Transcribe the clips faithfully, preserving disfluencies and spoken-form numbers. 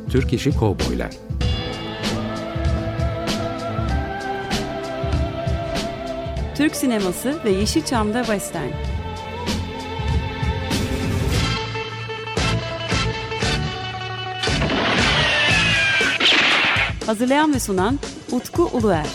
Türk İşi Kovboylar. Türk sineması ve Yeşilçam'da Western. Hazırlayan ve sunan Utku Uluer.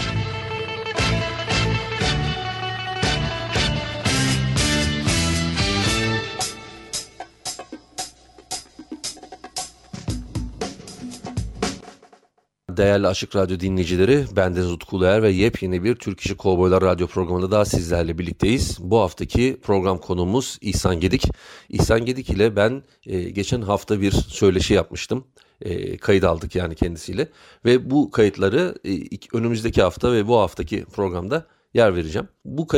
Değerli Açık Radyo dinleyicileri, bendeniz Utku Uluer ve yepyeni bir Türk İşi Kovboylar radyo programında daha sizlerle birlikteyiz. Bu haftaki program konuğumuz İhsan Gedik. İhsan Gedik ile ben e, geçen hafta bir söyleşi yapmıştım. E, kayıt aldık yani kendisiyle ve bu kayıtları e, önümüzdeki hafta ve bu haftaki programda yer vereceğim. Bu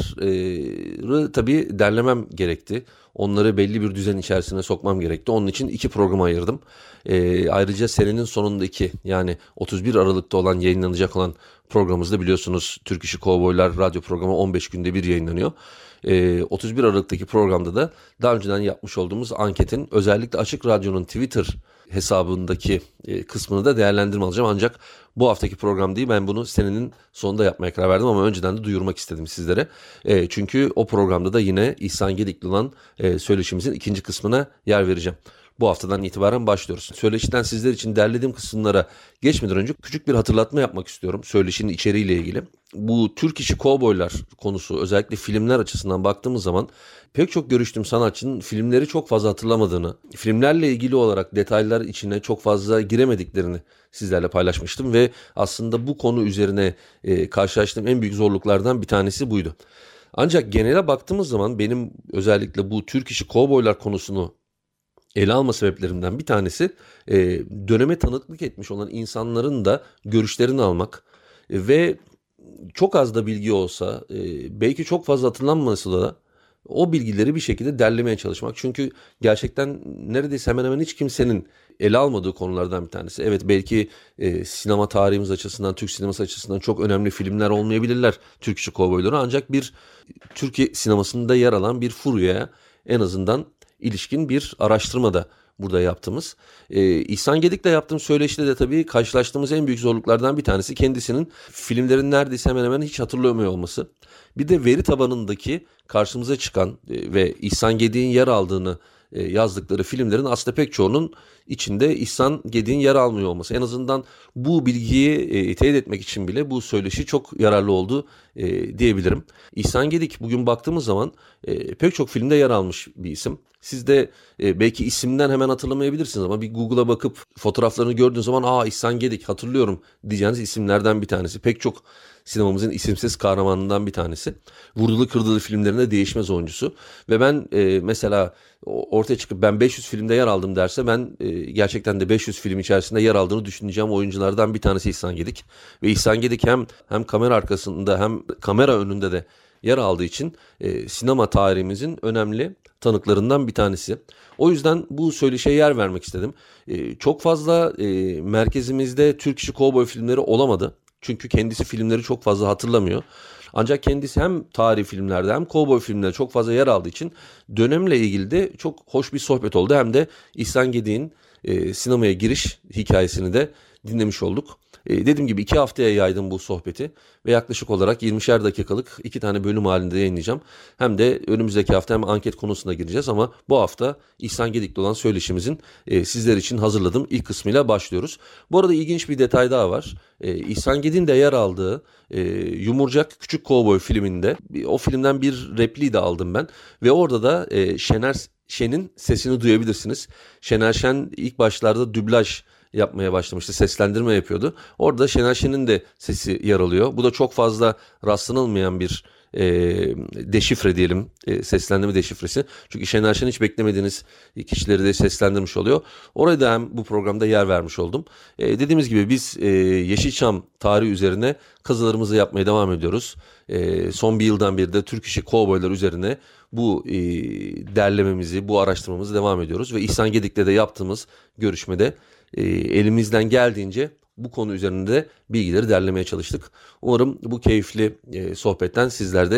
kayıtları tabii derlemem gerekti. Onları belli bir düzen içerisine sokmam gerekti. Onun için iki programa ayırdım. E, ayrıca senenin sonundaki yani otuz bir Aralık'ta olan yayınlanacak olan programımızda biliyorsunuz Türk İşi Kovboylar radyo programı on beş günde bir yayınlanıyor. E, otuz bir Aralık'taki programda da daha önceden yapmış olduğumuz anketin özellikle Açık Radyo'nun Twitter hesabındaki e, kısmını da değerlendirme alacağım. Ancak bu haftaki program değil, ben bunu senenin sonunda yapmaya karar verdim ama önceden de duyurmak istedim sizlere. E, çünkü o programda da yine İhsan Gedik'le olan e, söyleşimizin ikinci kısmına yer vereceğim. Bu haftadan itibaren başlıyoruz. Söyleşiden sizler için derlediğim kısımlara geçmeden önce küçük bir hatırlatma yapmak istiyorum söyleşinin içeriğiyle ilgili. Bu Türk İşi Kovboylar konusu özellikle filmler açısından baktığımız zaman pek çok görüştüğüm sanatçının filmleri çok fazla hatırlamadığını, filmlerle ilgili olarak detaylar içine çok fazla giremediklerini sizlerle paylaşmıştım ve aslında bu konu üzerine e, karşılaştığım en büyük zorluklardan bir tanesi buydu. Ancak genele baktığımız zaman benim özellikle bu Türk İşi Kovboylar konusunu ele alma sebeplerimden bir tanesi e, döneme tanıklık etmiş olan insanların da görüşlerini almak e, ve çok az da bilgi olsa e, belki çok fazla hatırlanması da o bilgileri bir şekilde derlemeye çalışmak. Çünkü gerçekten neredeyse hemen hemen hiç kimsenin ele almadığı konulardan bir tanesi. Evet, belki e, sinema tarihimiz açısından, Türk sineması açısından çok önemli filmler olmayabilirler Türk İşi Kovboyları. Ancak bir Türkiye sinemasında yer alan bir furyaya en azından ilişkin bir araştırma da burada yaptığımız. Ee, İhsan Gedik'le yaptığım söyleşide de tabii karşılaştığımız en büyük zorluklardan bir tanesi kendisinin filmlerin neredeyse hemen hemen hiç hatırlamıyor olması. Bir de veri tabanındaki karşımıza çıkan e, ve İhsan Gedik'in yer aldığını e, yazdıkları filmlerin aslında pek çoğunun içinde İhsan Gedik'in yer almıyor olması. En azından bu bilgiyi e, teyit etmek için bile bu söyleşi çok yararlı oldu e, diyebilirim. İhsan Gedik bugün baktığımız zaman e, pek çok filmde yer almış bir isim. Siz de e, belki isimden hemen hatırlamayabilirsiniz ama bir Google'a bakıp fotoğraflarını gördüğünüz zaman aa İhsan Gedik hatırlıyorum diyeceğiniz isimlerden bir tanesi. Pek çok sinemamızın isimsiz kahramanından bir tanesi. Vurdulu kırdılı filmlerinde değişmez oyuncusu. Ve ben e, mesela ortaya çıkıp ben beş yüz filmde yer aldım derse ben e, gerçekten de beş yüz film içerisinde yer aldığını düşüneceğim oyunculardan bir tanesi İhsan Gedik. Ve İhsan Gedik hem hem kamera arkasında hem kamera önünde de yer aldığı için e, sinema tarihimizin önemli tanıklarından bir tanesi. O yüzden bu söyleşiye yer vermek istedim. E, çok fazla e, merkezimizde Türk İşi Kovboy filmleri olamadı. Çünkü kendisi filmleri çok fazla hatırlamıyor. Ancak kendisi hem tarihi filmlerde hem kovboy filmlerinde çok fazla yer aldığı için dönemle ilgili de çok hoş bir sohbet oldu. Hem de İhsan Gedik'in e, sinemaya giriş hikayesini de dinlemiş olduk. E, dediğim gibi iki haftaya yaydım bu sohbeti ve yaklaşık olarak yirmişer dakikalık iki tane bölüm halinde yayınlayacağım. Hem de önümüzdeki hafta hem anket konusuna gireceğiz ama bu hafta İhsan Gedik'le olan söyleşimizin e, sizler için hazırladığım ilk kısmıyla başlıyoruz. Bu arada ilginç bir detay daha var. E, İhsan Gedik'in de yer aldığı e, Yumurcak Küçük Kovboy filminde o filmden bir repliği de aldım ben ve orada da e, Şener Şen'in sesini duyabilirsiniz. Şener Şen ilk başlarda dublaj yapmaya başlamıştı. Seslendirme yapıyordu. Orada Şener Şen'in de sesi yer alıyor. Bu da çok fazla rastlanılmayan bir e, deşifre diyelim. E, seslendirme deşifresi. Çünkü Şener Şen hiç beklemediğiniz kişileri de seslendirmiş oluyor. Oraya da hem bu programda yer vermiş oldum. E, dediğimiz gibi biz e, Yeşilçam tarihi üzerine kazılarımızı yapmaya devam ediyoruz. E, son bir yıldan beri de Türk İşi Kovboylar üzerine bu e, derlememizi, bu araştırmamızı devam ediyoruz. Ve İhsan Gedik'le de yaptığımız görüşmede e, elimizden geldiğince bu konu üzerinde bilgileri derlemeye çalıştık. Umarım bu keyifli e, sohbetten sizler de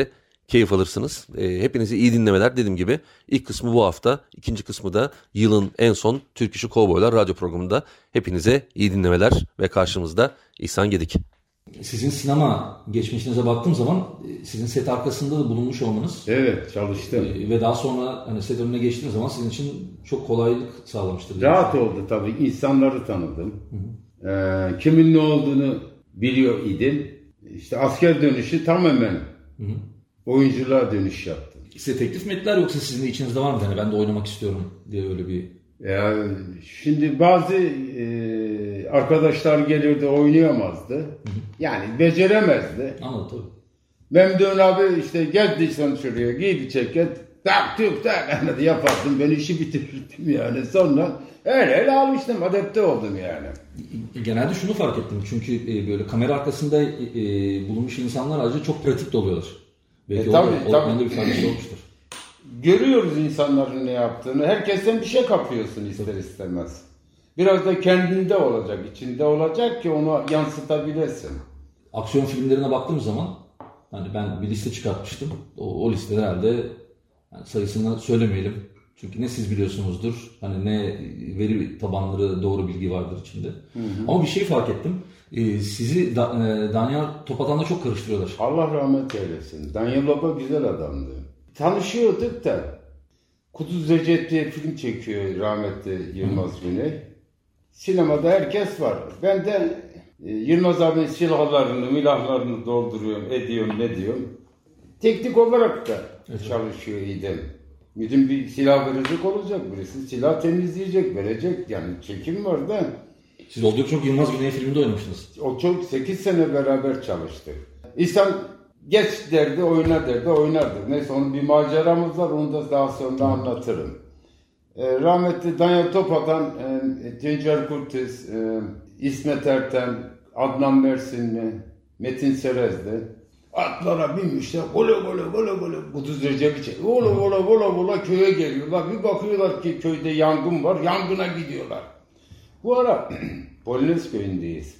keyif alırsınız. E, hepinize iyi dinlemeler. Dediğim gibi ilk kısmı bu hafta, ikinci kısmı da yılın en son Türk İşi Kovboylar radyo programında. Hepinize iyi dinlemeler ve karşımızda İhsan Gedik. Sizin sinema geçmişinize baktığım zaman sizin set arkasında da bulunmuş olmanız. Evet, çalıştım. Ve daha sonra hani set önüne geçtiğiniz zaman sizin için çok kolaylık sağlamıştır. Rahat oldu tabii. İnsanları tanıdım. Hı hı. Ee, kimin ne olduğunu biliyor idim. İşte asker dönüşü tamamen hı hı. oyunculuğa dönüş yaptım. Size teklif mi ettiler yoksa sizin de içinizde var mı? Yani ben de oynamak istiyorum diye öyle bir... Ya, şimdi bazı e, arkadaşlar gelirdi oynayamazdı. Hı hı. Yani beceremezdi. Anladım tabii. Memdun abi işte geldiysen şuraya giy bir ceket. Tak tük tak anladı yapardım. Ben işi bitirdim yani. Sonra öyle öyle almıştım. Adapte oldum yani. Genelde şunu fark ettim. Çünkü e, böyle kamera arkasında e, bulunmuş insanlar ayrıca çok pratik de oluyorlar. Belki e, tabii, o da, tabii. bir faydası olmuştur. Görüyoruz insanların ne yaptığını. Herkesten bir şey kapıyorsun ister istemez. Biraz da kendinde olacak, içinde olacak ki onu yansıtabilesin. Aksiyon filmlerine baktığım zaman hani ben bir liste çıkartmıştım. O, o listede herhalde yani sayısını söylemeyelim. Çünkü ne siz biliyorsunuzdur, hani ne veri tabanları doğru bilgi vardır içinde. Hı hı. Ama bir şey fark ettim. Ee, sizi da, e, Danyal Topatan'la çok karıştırıyorlar. Allah rahmet eylesin. Danyal Baba güzel adamdı. Tanışıyorduk da Kuduz Recep diye film çekiyor rahmetli Yılmaz Güney. Sinemada herkes var. Ben de e, Yılmaz abinin silahlarını, milahlarını dolduruyorum, ediyorum, ne diyorum. Teknik olarak da evet. çalışıyor idim. Müdüm bir silah verecek olacak, birisi silah temizleyecek, verecek. Yani çekim var da. Siz oldukça çok Yılmaz Güney filminde oynamışsınız. O çok sekiz sene beraber çalıştık. İnsan geç derdi, oyna derdi, oynardık. Neyse onun bir maceramız var, onu da daha sonra anlatırım. E, rahmetli Danyal Topatan, e, Cencer Kurtiz, e, İsmet Erten, Adnan Mersinli, Metin Serez'di. Atlara binmişler, ola ola ola ola, Kuduz Recep'i çek, ola ola ola ola köye geliyorlar. Bir bakıyorlar ki köyde yangın var, yangına gidiyorlar. Bu ara Polines köyündeyiz.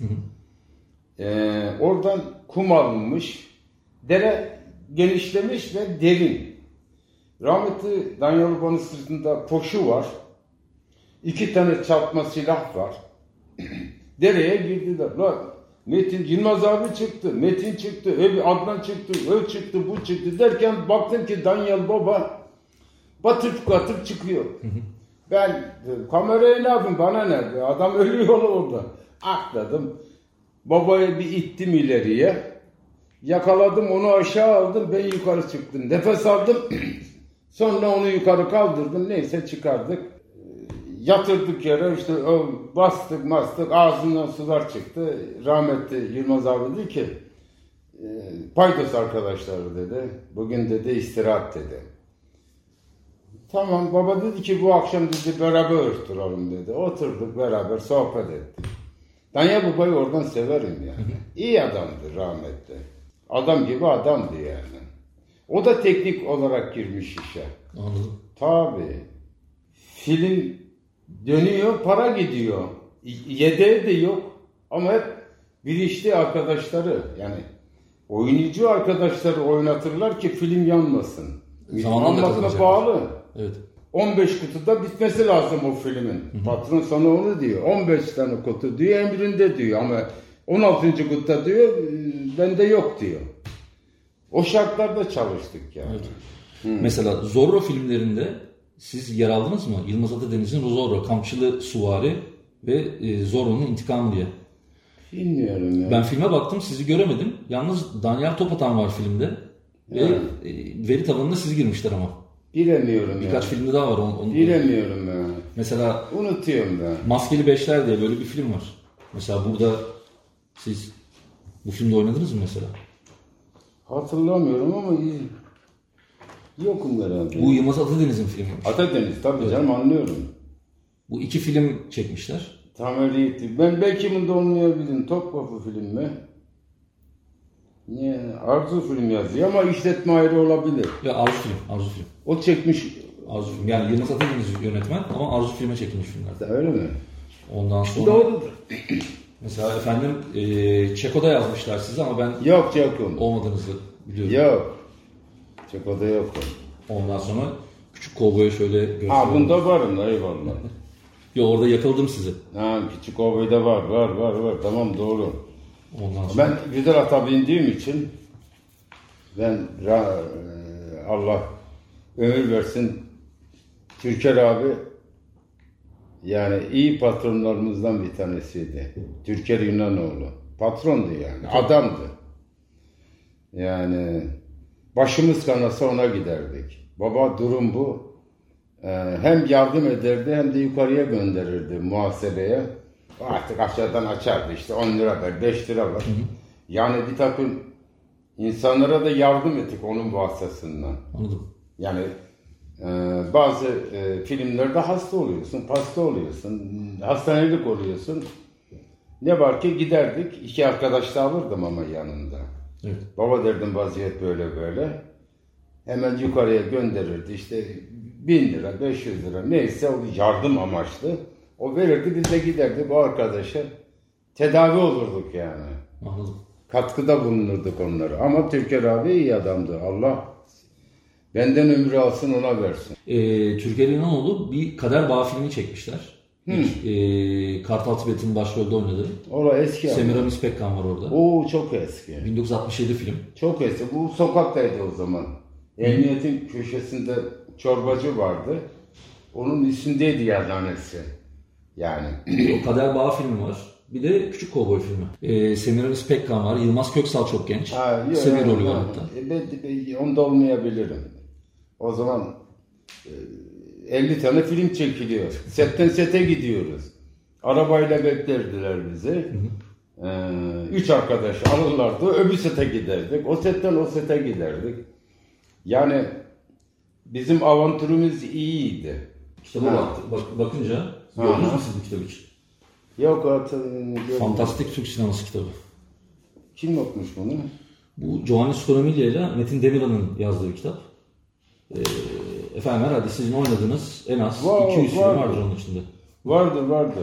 Ee, oradan kum alınmış, dere genişlemiş ve derin. Rahmetli Danyal Baba'nın sırtında poşu var, iki tane çarpma silah var. Dereye girdiler. Lan, Metin, Yılmaz abi çıktı, Metin çıktı, öbür Adnan çıktı, o çıktı, bu çıktı derken baktım ki Danyal Baba batıp batıp çıkıyor. Ben kamerayı ne yapayım, bana ne? Adam ölüyor orada. Atladım. Babayı bir ittim ileriye. Yakaladım, onu aşağı aldım, ben yukarı çıktım. Nefes aldım. Sonra onu yukarı kaldırdım. Neyse çıkardık. Yatırdık yere, işte bastık bastık, ağzından sular çıktı. Rahmetli Yılmaz abi dedi ki, paydos arkadaşları dedi, bugün dedi istirahat dedi. Tamam, baba dedi ki bu akşam dedi beraber oturalım dedi. Oturduk beraber sohbet ettik. Danyal Baba'yı oradan severim yani. İyi adamdı rahmetli. Adam gibi adamdı yani. O da teknik olarak girmiş işe. Anladım. Tabii. Film dönüyor, para gidiyor. Yedeği de yok. Ama hep bilinçli arkadaşları, yani oyuncu arkadaşları oynatırlar ki film yanmasın. Yanmasına bağlı. Evet. on beş kutuda bitmesi lazım o filmin. Hı-hı. Patron sana onu diyor. on beş tane kutu diyor, emrinde diyor. Ama on altıncı kutuda diyor, bende yok diyor. O şartlarda çalıştık yani. Evet. Mesela Zorro filmlerinde siz yer aldınız mı? Yılmaz Atadeniz'in Zorro, Kamçılı Suvari ve e, Zorro'nun İntikamı diye. Bilmiyorum ya. Ben filme baktım, sizi göremedim. Yalnız Danyal Topatan var filmde. Ve e, veri tabanına siz girmişler ama. Bilemiyorum Birkaç ya. filmde daha var. Onu, onu Bilemiyorum ya. Mesela unutuyorum ben. Maskeli Beşler diye böyle bir film var. Mesela burada siz bu filmde oynadınız mı mesela? Hatırlamıyorum ama iyi. Yokum herhalde. Bu Yılmaz Atadeniz'in filmi. Atadeniz tabii evet. Canım, anlıyorum. Bu iki film çekmişler. Tam öyleydi. Ben belki bunda olmayabilirim. Topkapı film mi? Niye? Arzu film yazıyor ama işletme ayrı olabilir. Ya Arzu film, Arzu film. O çekmiş. Arzu film. Yani Yılmaz Atadeniz yönetmen ama Arzu filme çekilmiş filmler. Öyle mi? Ondan sonra. Doğrudur. Mesela efendim e, Çeko'da yazmışlar size ama ben yok Çeko olmadığınızı biliyorum. Yok. Küçük oda yok. Ondan sonra küçük kovboya şöyle göstereyim. Ha bunda varım eyvallah. Yo orada yakaladım sizi. Ha küçük kovboyda var var var var tamam doğru. Ondan sonra. Ben güzel ata bindiğim için ben Allah ömür versin Türker abi yani iyi patronlarımızdan bir tanesiydi. Türker Yunanoğlu. Patrondu yani. Adamdı. Yani başımız kanasa ona giderdik. Baba durum bu. Ee, hem yardım ederdi hem de yukarıya gönderirdi muhasebeye. Artık aşağıdan açardı işte on lira ver, beş lira var. Hı hı. Yani bir takım insanlara da yardım ettik onun vasıtasından. Anladım. Yani e, bazı e, filmlerde hasta oluyorsun, pasta oluyorsun, hastanelik oluyorsun. Ne var ki giderdik, iki arkadaş da alırdım ama yanında. Evet. Baba derdim vaziyet böyle böyle. Hemen yukarıya gönderirdi işte bin lira, beş yüz lira neyse o yardım amaçlı. O verirdi biz de giderdik o arkadaşa tedavi olurduk yani. Anladım. Katkıda bulunurduk onlara. Ama Türker abi iyi adamdı. Allah benden ömrü alsın ona versin. Ee, Türker İnanoğlu bir Kader Bağı filmi çekmişler. İlk, e, Kartal Tibet'in başrolde oynadığı. O eski Semiramis Pekkan var orada. Oo çok eski. bin dokuz yüz altmış yedi film. Çok eski. Bu sokaktaydı o zaman. Emniyetin köşesinde çorbacı vardı. Onun üstündeydi yerhanesi. Yani. O Kader Bağı filmi var. Bir de Küçük Kovboy filmi. Ee, Semiramis Pekkan var. Yılmaz Köksal çok genç. Ha, Semir rolü var hatta. E, ben, ben, onda olmayabilirim. O zaman e, elli tane film çekiliyor. Setten sete gidiyoruz. Arabayla beklerdiler bizi. Hı hı. Ee, üç arkadaş alırlardı. Öbür sete giderdik. O setten o sete giderdik. Yani bizim avantürümüz iyiydi. Kitaba bak, bak, bakınca gördünüz mü siz bu kitabı için? Yok hatırlıyorum. Fantastik Türk Sineması kitabı. Kim okumuş bunu? Bu Giovanni Scoramiglia ile Metin Demirhan'ın yazdığı bir kitap. Ee, efendim herhalde sizin oynadığınız en az var, iki yüz film vardır. vardır onun içinde. Vardır vardır.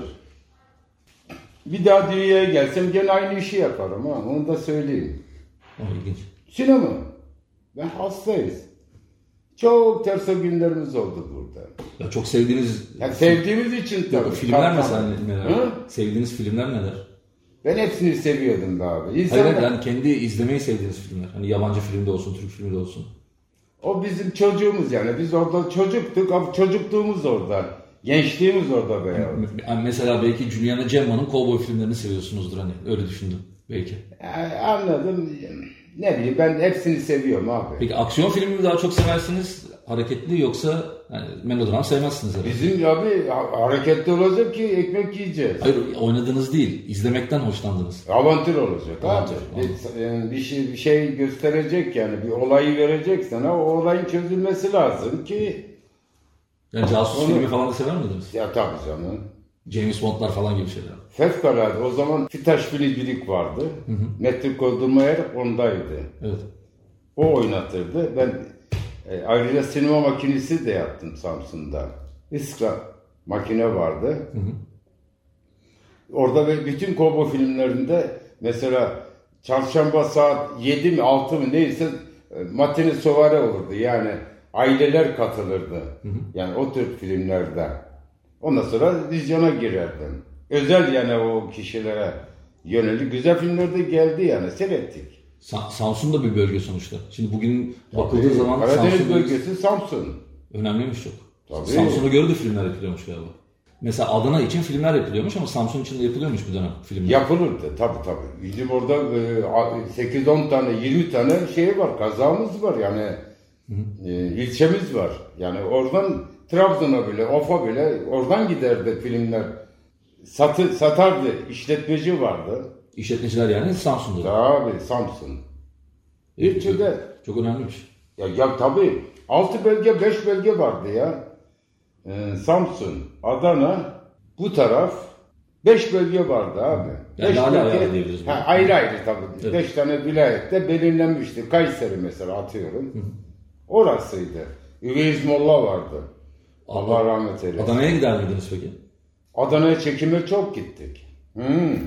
Bir daha dünyaya gelsem gene aynı işi yaparım ha. Onu da söyleyeyim. O ilginç. Sinema. Ben hastayız. Çok ters o günlerimiz oldu burada. Ya çok sevdiğiniz... Ya sevdiğimiz için tabii. Yok, filmler mesela neler? Sevdiğiniz filmler neler? Ben hepsini seviyordum be abi. İnsanlar... Hayır yani kendi izlemeyi sevdiğiniz filmler. Hani yabancı filmde olsun, Türk filmde olsun. O bizim çocuğumuz yani. Biz orada çocuktuk ama çocukluğumuz orada. Gençliğimiz orada be ya. Yani mesela belki Juliana Gemma'nın kovboy filmlerini seviyorsunuzdur hani. Öyle düşündüm belki. Yani anladım. Ne bileyim ben hepsini seviyorum abi. Peki aksiyon filmi mi daha çok seversiniz? Hareketli yoksa yani melodram sevmezsiniz herhalde. Bizim abi hareketli olacak ki ekmek yiyeceğiz. Hayır oynadığınız değil, izlemekten hoşlandınız. Avantür olacak Avantür, abi. Bir, yani bir şey bir şey gösterecek yani bir olayı verecek sana o olayın çözülmesi lazım ki. Yani casus onu... filmi falan da sever miydiniz? Ya tabii canım. James Bond'lar falan gibi şeyler. Fevkalade. O zaman Fitaş Bilicilik vardı. Metin Koldurmayer ondaydı. Evet. O oynatırdı. Ben e, ayrıca sinema makinesi de yaptım Samsun'da. Iskra makine vardı. Hı hı. Orada ve bütün kovboy filmlerinde mesela çarşamba saat yedi mi altı mı neyse matine sovare olurdu. Yani aileler katılırdı. Hı hı. Yani o tür filmlerde. Ondan sonra vizyona girerdim. Özel yani o kişilere yönelik güzel filmler de geldi yani seyrettik. Sa- Samsun da bir bölge sonuçta. Şimdi bugün bakıldığı Tabii, zaman Karadeniz Samsun bölgesi Samsun. Önemliymiş çok. Tabii. Samsun'a göre de filmler yapılıyormuş galiba. Mesela Adana için filmler yapılıyormuş ama Samsun için de yapılıyormuş bir dönem filmler. Yapılırdı tabii tabii. Bizim orada sekiz on tane yirmi tane şey var, kazamız var yani hı hı. E, ilçemiz var. Yani oradan Trabzon'a bile, Of'a bile oradan giderdi filmler. Satı, satardı. İşletmeci vardı. İşletmeciler yani Samsun'da. Tabii Samsun. Evet, çok, çok önemliymiş. Ya, ya tabii. Altı belge, beş belge vardı ya. Ee, Samsun, Adana, bu taraf beş belge vardı abi. Yani beş hala belge, diyebiliriz. Ha, ayrı ayrı tabii. Evet. Beş tane vilayette belirlenmişti. Kayseri mesela atıyorum. Hı hı. Orasıydı. Üveyiz Molla vardı. Allah, Allah rahmet eylesin. Adana'ya gider miydiniz peki? Adana'ya çekime çok gittik. Hmm.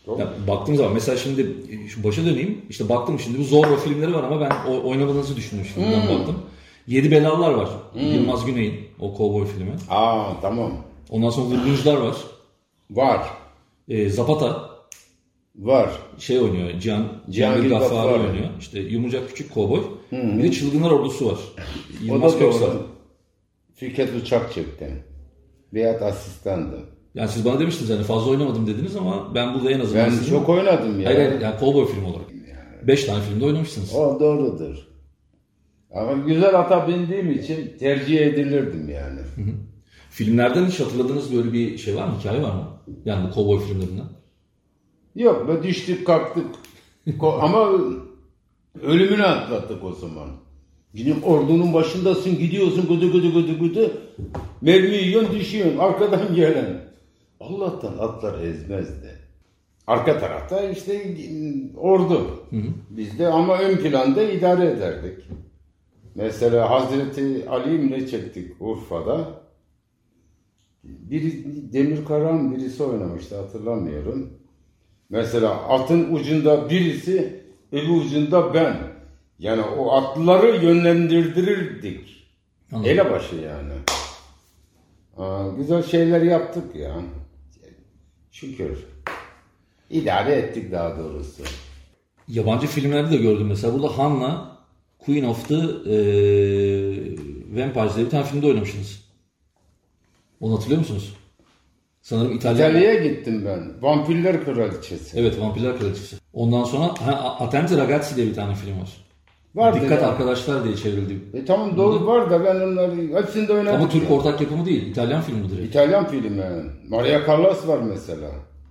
Ya, baktığım zaman mesela şimdi şu başa döneyim. İşte baktım şimdi bu Zorro filmleri var ama ben o, oynamadığınızı düşündüm şimdiden hmm. baktım. Yedi Belalılar var. Hmm. Yılmaz Güney'in o kovboy filmi. Aa tamam. Ondan sonra Vurguncular var. Var. E, Zapata. Var. Şey oynuyor. Cihan Cihangir Gaffari oynuyor. İşte Yumurcak Küçük Kovboy. Bir de Çılgınlar Ordusu var. Yılmaz Köksal. Fikret Uçak çekti. Veyahut asistandı. Yani siz bana demiştiniz hani fazla oynamadım dediniz ama ben burada en azından... Ben sizin... çok oynadım ya. Hayır yani kovboy film olarak. Yani. Beş tane filmde oynamışsınız. O doğrudur. Ama güzel ata bindiğim için tercih edilirdim yani. Hı hı. Filmlerden hiç hatırladığınız böyle bir şey var mı? Hikaye var mı? Yani bu kovboy filmlerinden. Yok be düştük kalktık. Ama ölümünü atlattık o zaman. Gidip ordunun başındasın gidiyorsun gıdı gıdı gıdı gıdı. Mermi yiyorsun düşüyorsun arkadan gelen. Allah'tan atlar ezmezdi. Arka tarafta işte ordu. Hı hı. Biz de ama ön planda idare ederdik. Mesela Hazreti Ali'yi ne çektik Urfa'da. Biri Demirkaran birisi oynamıştı hatırlamıyorum. Mesela atın ucunda birisi, öbür ucunda ben. Yani o atları yönlendirirdik. Anladım. Elebaşı yani. Aa, güzel şeyler yaptık ya. Şükür. İdare ettik daha doğrusu. Yabancı filmlerde de gördüm mesela. Burada Hanna, Queen of the e, Vampires diye bir tane filmde oynamışsınız. Onu hatırlıyor musunuz? Sanırım İtalya... İtalya'ya gittim ben. Vampirler Kraliçesi. Evet, Vampirler Kraliçesi. Ondan sonra ha, Attenti Ragazzi diye bir tane film var. Vardı Dikkat ya. Arkadaşlar diye çevrildi. E tamam doğru Burada... var da ben onları hepsinde oynadım. Ama Türk ya. Ortak yapımı değil. İtalyan filmidir. İtalyan filmi yani. Maria Callas var mesela.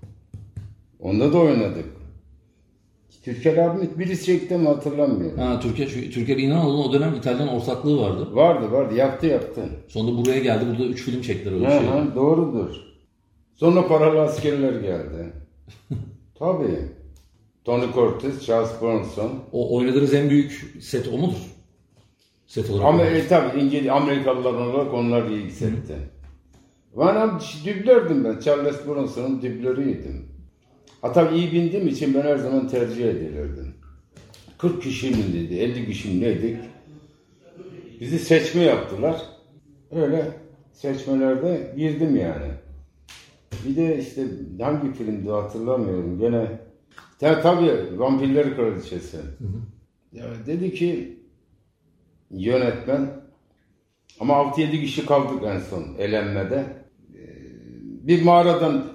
Onda da oynadık. Türker abimiz birisi çekti mi hatırlamıyorum. Ha, Türker, Türker İnanoğlu'nun o dönem İtalyan ortaklığı vardı. Vardı vardı yaptı yaptı. Sonra buraya geldi. Burada üç film çektiler öyle ha, şey. Ha, doğrudur. Sonra Paralı Askerler geldi. Tabii. Tony Curtis, Charles Bronson. O oynadığınız en büyük set o mudur? Set olarak. Ama e, tabii İngiliz, Amerikalılar olarak onlar iyi setti. Ben düblerdim ben. Charles Bronson'un dübleriydim. Hatta iyi bindiğim için ben her zaman tercih edilirdim. kırk kişi mi dedi, elli kişi mi neydik? Bizi seçme yaptılar. Öyle seçmelerde girdim yani. Bir de işte hangi filmdi hatırlamıyorum. Gene tabii, tabii Vampirler Kraliçesi. Hı hı. Ya dedi ki yönetmen ama altı yedi kişi kaldık en son elenmede. Bir mağaradan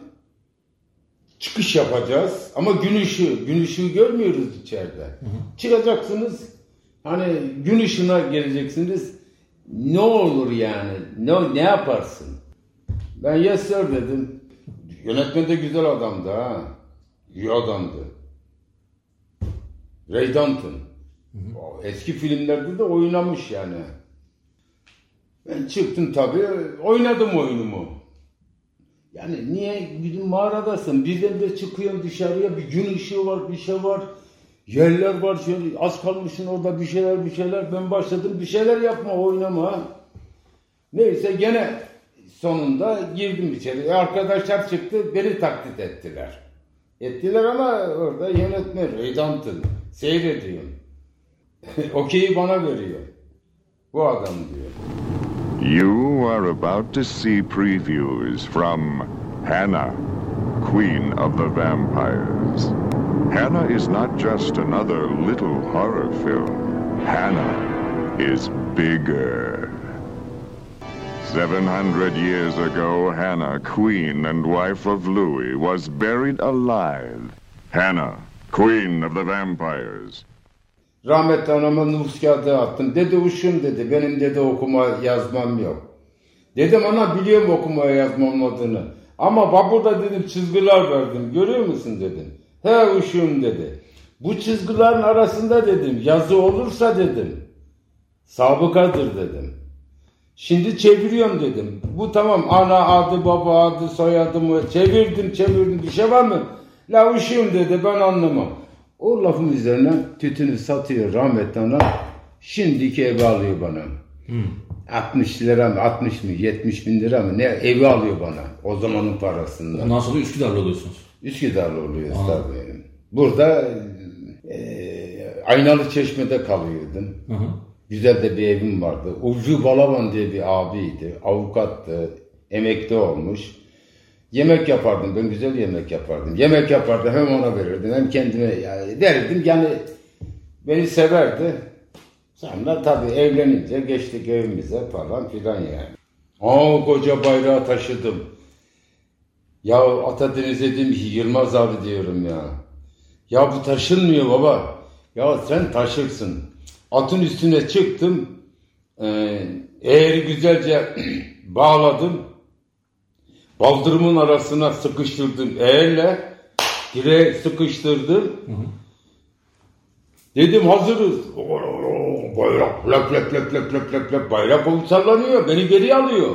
çıkış yapacağız ama gün ışığı, gün ışığı görmüyoruz içeride. Hı hı. Çıkacaksınız, hani gün ışığına geleceksiniz. Ne olur yani, ne, ne yaparsın? Ben yes sir dedim. Yönetmen de güzel adamdı ha. İyi adamdı. Ray Dalton. Hı hı. Eski filmlerde de oynamış yani. Ben çıktım tabii, oynadım oyunumu. Yani niye bir mağaradasın, birden de çıkıyorsun dışarıya, bir gün ışığı var, bir şey var, yerler var, şöyle az kalmışsın orada bir şeyler bir şeyler, ben başladım bir şeyler yapma, oynama. Neyse gene sonunda girdim içeri, e, arkadaşlar çıktı, beni taklit ettiler. Ettiler ama orada yönetmen Ray Dalton seyrediyorum. Okeyi bana veriyor. Bu adam diyor. You are about to see previews from Hannah, Queen of the Vampires. Hannah is not just another little horror film. Hannah is bigger. Seven hundred years ago, Hannah, queen and wife of Louis, was buried alive. Hannah, Queen of the Vampires. Rahmetli anama nüfus kağıdı attım. Dedi uşum dedi. Benim dedi okuma yazmam yok. Dedim ana biliyorum okumaya yazmam adını. Ama burada dedim çizgiler verdim. Görüyor musun dedim. He uşum dedi. Bu çizgilerin arasında dedim yazı olursa dedim sabıkadır dedim. Şimdi çeviriyorum dedim. Bu tamam ana adı baba adı soyadımı çevirdim çevirdim bir şey var mı? La uşum dedi ben anlamam. O lafın üzerine tütünü satıyor rahmetli ana. Şimdiki evi alıyor bana. Hmm. altmış lira mı altmış mı yetmiş bin lira mı ne evi alıyor bana. O zamanın parasından. Ondan sonra Üsküdar'da oluyorsunuz. Üsküdarlı oluyoruz tabii. Burada e, Aynalı Çeşme'de kalıyordum. Hı hı. Güzel de bir evim vardı. Ucu Balaban diye bir abiydi. Avukattı. Emekli olmuş. Yemek yapardım. Ben güzel yemek yapardım. Yemek yapardım. Hem ona verirdim. Hem kendime yani verirdim. Yani beni severdi. Sonra tabii evlenince geçtik evimize falan filan yani. Aa koca bayrağı taşıdım. Ya Atadeniz dedim ki Yılmaz abi diyorum ya. Ya bu taşınmıyor baba. Ya sen taşırsın. Atın üstüne çıktım. Ee, eğri güzelce bağladım. Baldırımın arasına sıkıştırdım eğerle. Direğe sıkıştırdım. Hı hı. Dedim hazırız. Bayrak lep lep lep lep lep lep lep bayrak olup sallanıyor. Beni geri alıyor.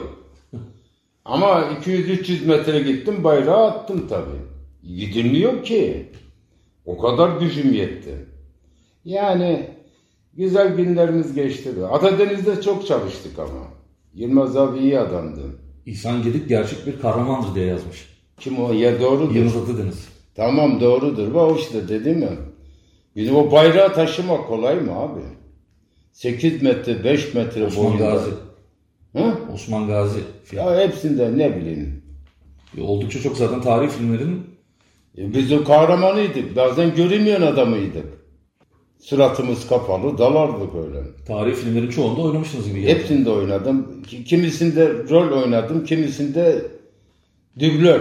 Ama iki yüz üç yüz metre gittim bayrağı attım tabii. Gidilmiyor ki. O kadar gücüm yetti. Yani güzel günlerimiz geçti. Atadeniz'de çok çalıştık ama. Yılmaz abi iyi adamdı. İhsan Gedik gerçek bir kahramandır diye yazmış. Kim o? Ya doğrudur. Yılmaz Atadeniz. Tamam doğrudur. Bak o işte dedi mi? Bizim o bayrağı taşımak kolay mı abi? sekiz metre, beş metre Osman boyunda. Gazi. Hı? Osman Gazi. Ya hepsinde ne bileyim. E, oldukça çok zaten tarihi filmlerin... E, biz o kahramanıydık. Bazen görünmeyen adamıydık. Suratımız kapalı, dalardık öyle. Tarihi filmlerin çoğunda oynamışsınız gibi. Hepsinde yani. Oynadım. Kimisinde rol oynadım, kimisinde dublör.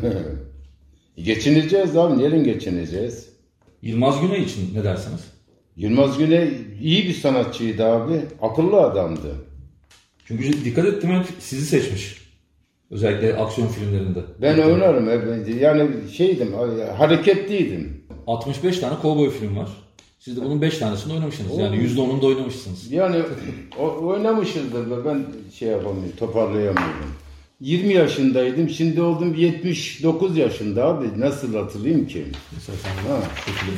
Geçineceğiz abi, nereden geçineceğiz? Yılmaz Güney için ne dersiniz? Yılmaz Güney iyi bir sanatçıydı abi. Akıllı adamdı. Çünkü dikkat ettim hep sizi seçmiş. Özellikle aksiyon filmlerinde. Ben Hatta oynarım hep. Yani şeydim, hareketliydim. altmış beş tane kovboy film var. Siz de bunun beş tanesini oynamışsınız. O, yani yüzde onunda oynamışsınız. Yani o, oynamışızdır da ben şey yapamıyorum, toparlayamıyorum. yirmi yaşındaydım. Şimdi oldum yetmiş dokuz yaşında abi. Nasıl hatırlayayım ki? Mesela sen ha.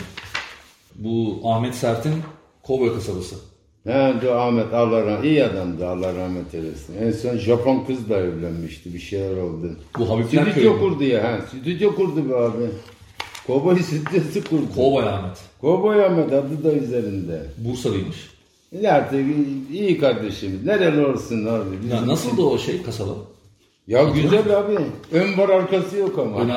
Bu Ahmet Sert'in Kovboy Kasabası. He de Ahmet Allah rahmet, iyi adamdı Allah rahmet eylesin. En son Japon kızla evlenmişti. Bir şeyler oldu. Bu Habibler Köyü. Stüdyo kurdu ya. He. Stüdyo kurdu be abi. Kovboy stüdyosu kurdu. Kovboy Ahmet. Kovboy Ahmet adı da üzerinde. Bursalıymış. Ne artık iyi kardeşimiz. Nereli olsun abi. Ya nasıl da o şey kasaba? Ya güzel abi. Ön var arkası yok ama.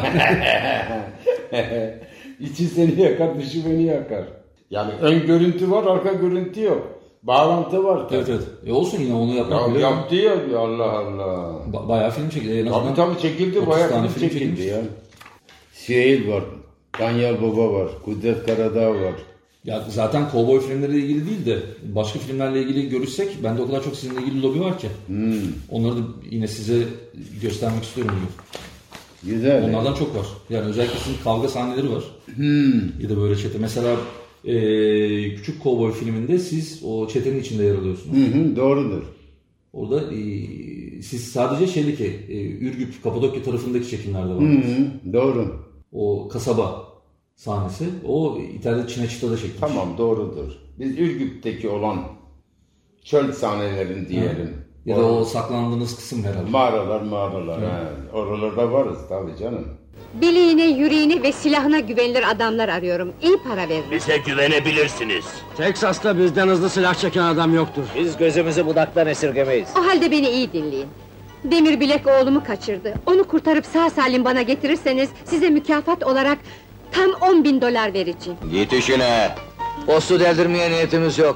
İçi seni yakar, dışı beni yakar. Yani ön görüntü var, arka görüntü yok. Bağlantı var. Evet evet. E olsun yine onu yapmak ya, bile. Yaptı ya Allah Allah. Ba- bayağı film çekildi. Tabii tabii çekildi. Bayağı film, film çekildi ya. Süheyl var. Danyal Baba var. Kudret Karadağ var. Ya zaten kovboy filmleriyle ilgili değil de başka filmlerle ilgili görüşsek bende o kadar çok sizinle ilgili lobi var ki. Hmm. Onları da yine size göstermek istiyorum bugün. Güzel. Onlardan yani. Çok var. Yani özellikle sizin kavga sahneleri var. Hmm. Ya da böyle çete. Mesela e, Küçük Kovboy filminde siz o çetenin içinde yer alıyorsunuz. Hı hı, doğrudur. Orada e, siz sadece şeydeki e, Ürgüp, Kapadokya tarafındaki çekimlerde var. Hı hı, doğru. O kasaba sahnesi. O İtalya'da Cinecitta'da çekilmiş. Tamam doğrudur. Biz Ürgüp'teki olan çöl sahnelerin diyelim. Hı. Ya da o saklandığınız kısım herhalde. Mağaralar mağaralar. He. Oralarda varız tabii canım. Bileğine, yüreğine ve silahına güvenilir adamlar arıyorum. İyi para veririm. Bize güvenebilirsiniz. Teksas'ta bizden hızlı silah çeken adam yoktur. Biz gözümüzü budaktan esirgemeyiz. O halde beni iyi dinleyin. Demir Bilek oğlumu kaçırdı. Onu kurtarıp sağ salim bana getirirseniz size mükafat olarak tam on bin dolar vereceğim. Git işine. O su deldirmeye niyetimiz yok.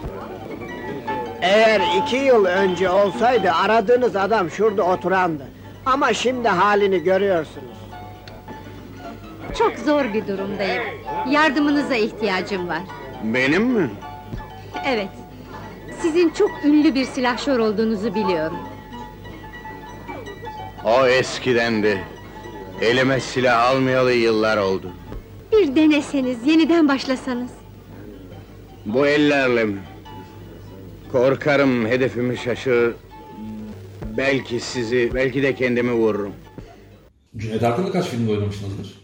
Eğer iki yıl önce olsaydı aradığınız adam şurada oturandı. Ama şimdi halini görüyorsunuz. Çok zor bir durumdayım. Yardımınıza ihtiyacım var. Benim mi? Evet. Sizin çok ünlü bir silahşor olduğunuzu biliyorum. O eskidendi. Elime silah almayalı yıllar oldu. Bir deneseniz, yeniden başlasanız. Bu ellerle mi? Korkarım hedefimi şaşırır. Belki sizi, belki de kendimi vururum. Cüneyt Arkın'da kaç filmde oynamışsınızdır?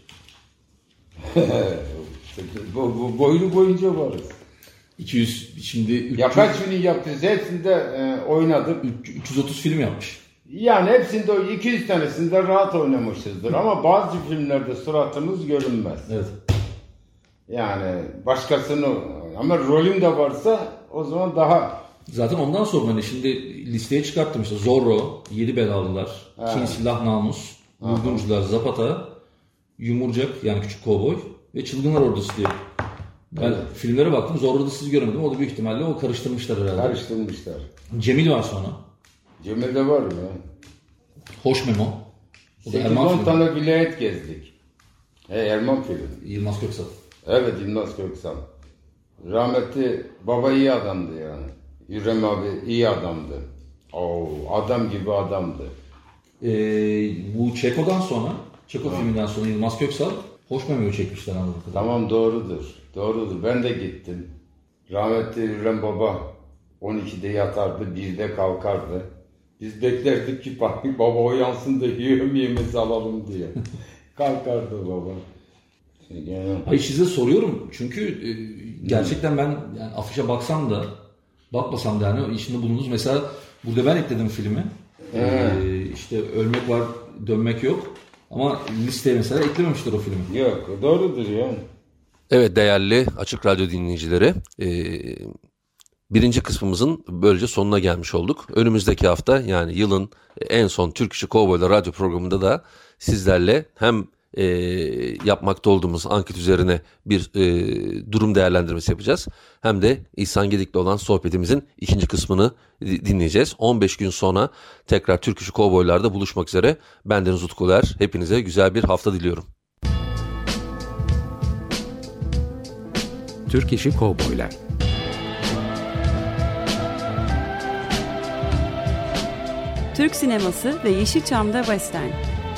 bu, bu, boylu boyunca varız. iki yüz, şimdi üç yüz... Ya kaç film yaptınız? Hepsinde e, oynadık. üç yüz otuz film yapmış. Yani hepsinde o iki yüz tanesinde rahat oynamışızdır ama bazı filmlerde suratımız görünmez. Evet. Yani başkasını ama rolüm de varsa o zaman daha... Zaten ondan sonra hani şimdi listeye çıkarttım işte Zorro, Yedi Belalılar, Kin, Silah, Namus, Vurdumcular, Zapata, Yumurcak yani Küçük Kovboy ve Çılgınlar Ordusu diye. Ben evet. filmlere baktım. Zorro'da sizi göremedim. O da büyük ihtimalle o karıştırmışlar herhalde. Karıştırmışlar. Cemil var sonra. Cemil de var mı? Hoş Memo. sekiz on tane vilayet gezdik. He, Erman filmi. Yılmaz Köksal. Evet, Yılmaz Köksal. Rahmetli baba iyi adamdı yani. Hürrem abi iyi adamdı. Oo, adam gibi adamdı. Ee, bu Çeko'dan sonra, Çeko filminden sonra Yılmaz Köksal Hoş Memo'yu çekmişler anladığım kadarıyla. Tamam, doğrudur. Doğrudur. Ben de gittim. Rahmetli Hürrem baba on ikide yatardı, birde kalkardı. Biz beklerdik ki baba uyansın da yiyorum yemeğimizi alalım diye. Kalkardı baba. Yani... Hayır, size soruyorum çünkü e, gerçekten ben yani afişe baksam da bakmasam da yani içinde bulunduğunuz mesela burada ben ekledim filmi. Ee, işte ölmek var, dönmek yok. Ama listeye mesela eklememişler o filmi. Yok, doğrudur ya. Evet değerli Açık Radyo dinleyicileri, e, birinci kısmımızın böylece sonuna gelmiş olduk. Önümüzdeki hafta yani yılın en son Türk İşi Kovboylar radyo programında da sizlerle hem e, yapmakta olduğumuz anket üzerine bir e, durum değerlendirmesi yapacağız. Hem de İhsan Gedik'le olan sohbetimizin ikinci kısmını dinleyeceğiz. on beş gün sonra tekrar Türk İşi Kovboylar'da buluşmak üzere. Bendeniz Utku Uluer. Hepinize güzel bir hafta diliyorum. Türk İşi Kovboylar. Türk sineması ve Yeşilçam'da Western.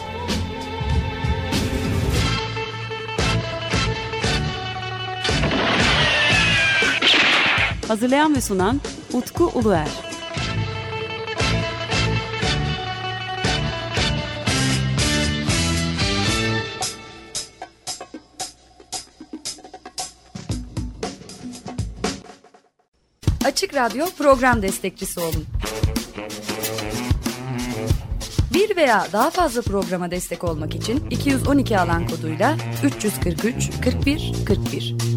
Hazırlayan ve sunan Utku Uluer. Açık Radyo program destekçisi olun. Bir veya daha fazla programa destek olmak için iki yüz on iki alan koduyla üç yüz kırk üç kırk bir kırk bir